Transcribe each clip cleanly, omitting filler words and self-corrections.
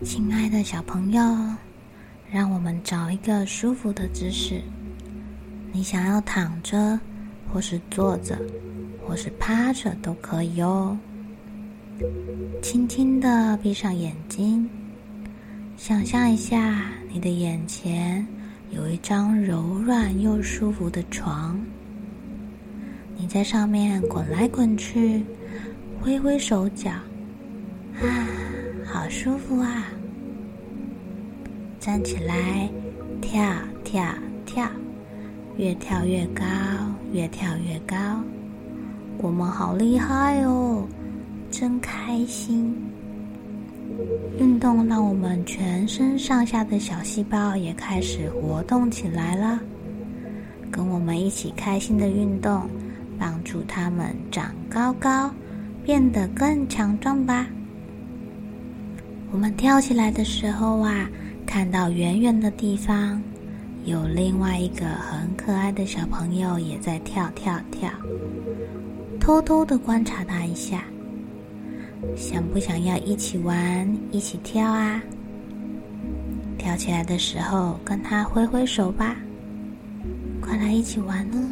亲爱的小朋友，让我们找一个舒服的姿势。你想要躺着，或是坐着，或是趴着都可以哦。轻轻地闭上眼睛，想象一下你的眼前有一张柔软又舒服的床，你在上面滚来滚去，挥挥手脚，好舒服啊！站起来，跳跳跳，越跳越高，越跳越高。我们好厉害哦，真开心！运动让我们全身上下的小细胞也开始活动起来了。跟我们一起开心的运动，帮助它们长高高，变得更强壮吧。我们跳起来的时候啊，看到远远的地方有另外一个很可爱的小朋友也在跳跳跳，偷偷的观察他一下，想不想要一起玩一起跳啊？跳起来的时候跟他挥挥手吧，快来一起玩哦。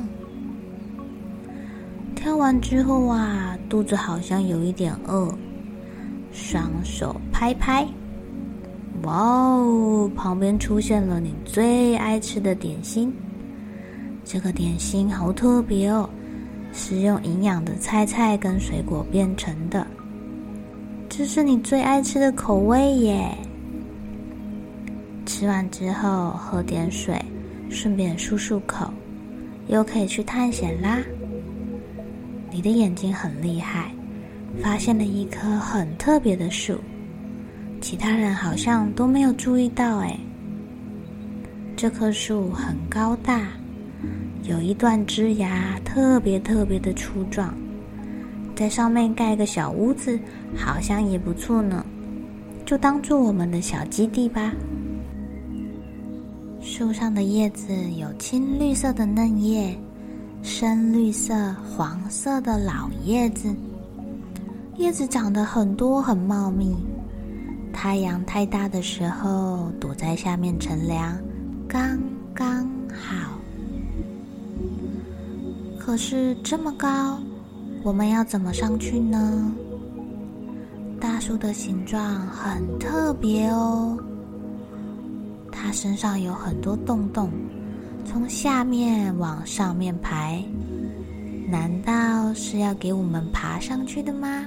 跳完之后啊，肚子好像有一点饿，双手拍拍，哇哦，旁边出现了你最爱吃的点心。这个点心好特别哦，是用营养的菜跟水果变成的，这是你最爱吃的口味耶。吃完之后喝点水，顺便漱漱口，又可以去探险啦。你的眼睛很厉害，发现了一棵很特别的树，其他人好像都没有注意到诶。这棵树很高大，有一段枝芽特别的粗壮，在上面盖个小屋子好像也不错呢，就当做我们的小基地吧。树上的叶子有青绿色的嫩叶，深绿色、黄色的老叶子，叶子长得很多很茂密，太阳太大的时候躲在下面乘凉刚刚好。可是这么高，我们要怎么上去呢？大树的形状很特别哦，它身上有很多洞洞，从下面往上面排，难道是要给我们爬上去的吗？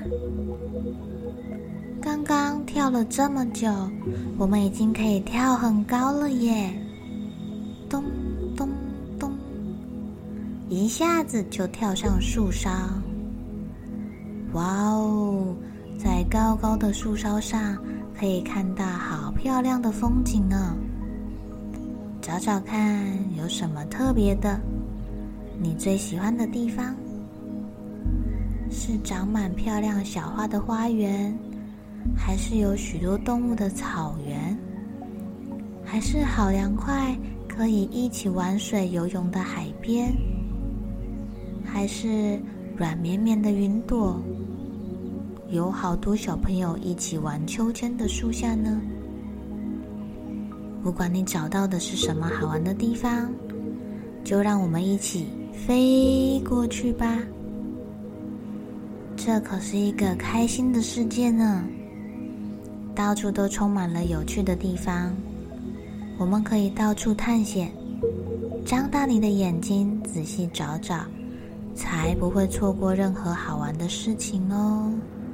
刚刚跳了这么久，我们已经可以跳很高了耶！咚咚咚，一下子就跳上树梢。哇哦，在高高的树梢上可以看到好漂亮的风景呢。找找看有什么特别的，你最喜欢的地方？是长满漂亮小花的花园，还是有许多动物的草原，还是好凉快可以一起玩水游泳的海边，还是软绵绵的云朵，有好多小朋友一起玩秋千的树下呢？不管你找到的是什么好玩的地方，就让我们一起飞过去吧。这可是一个开心的世界呢，到处都充满了有趣的地方，我们可以到处探险，张大你的眼睛仔细找找，才不会错过任何好玩的事情哦。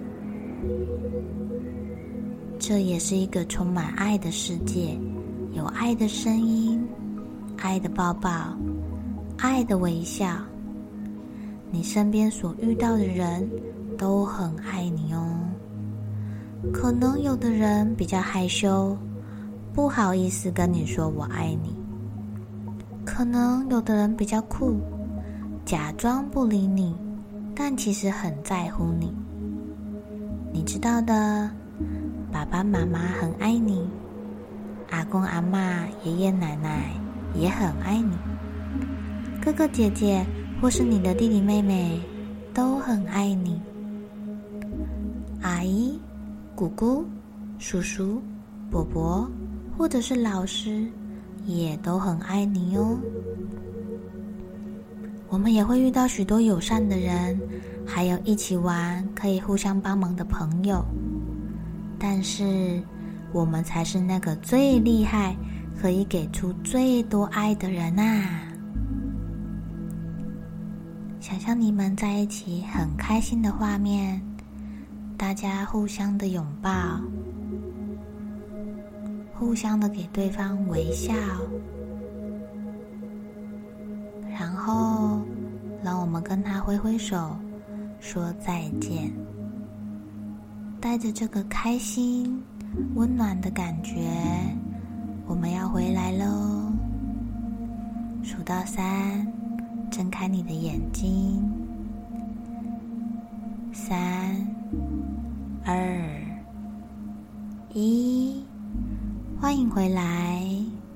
这也是一个充满爱的世界，有爱的声音，爱的抱抱，爱的微笑。你身边所遇到的人都很爱你哦。可能有的人比较害羞，不好意思跟你说我爱你。可能有的人比较酷，假装不理你，但其实很在乎你。你知道的，爸爸妈妈很爱你，阿公阿嬷、爷爷奶奶也很爱你，哥哥姐姐或是你的弟弟妹妹都很爱你。阿姨、姑姑、叔叔伯伯或者是老师也都很爱你哦。我们也会遇到许多友善的人，还有一起玩可以互相帮忙的朋友，但是我们才是那个最厉害可以给出最多爱的人啊。想象你们在一起很开心的画面，大家互相的拥抱，互相的给对方微笑，然后让我们跟他挥挥手说再见，带着这个开心温暖的感觉，我们要回来咯。数到3，睁开你的眼睛，3、2、1，欢迎回来。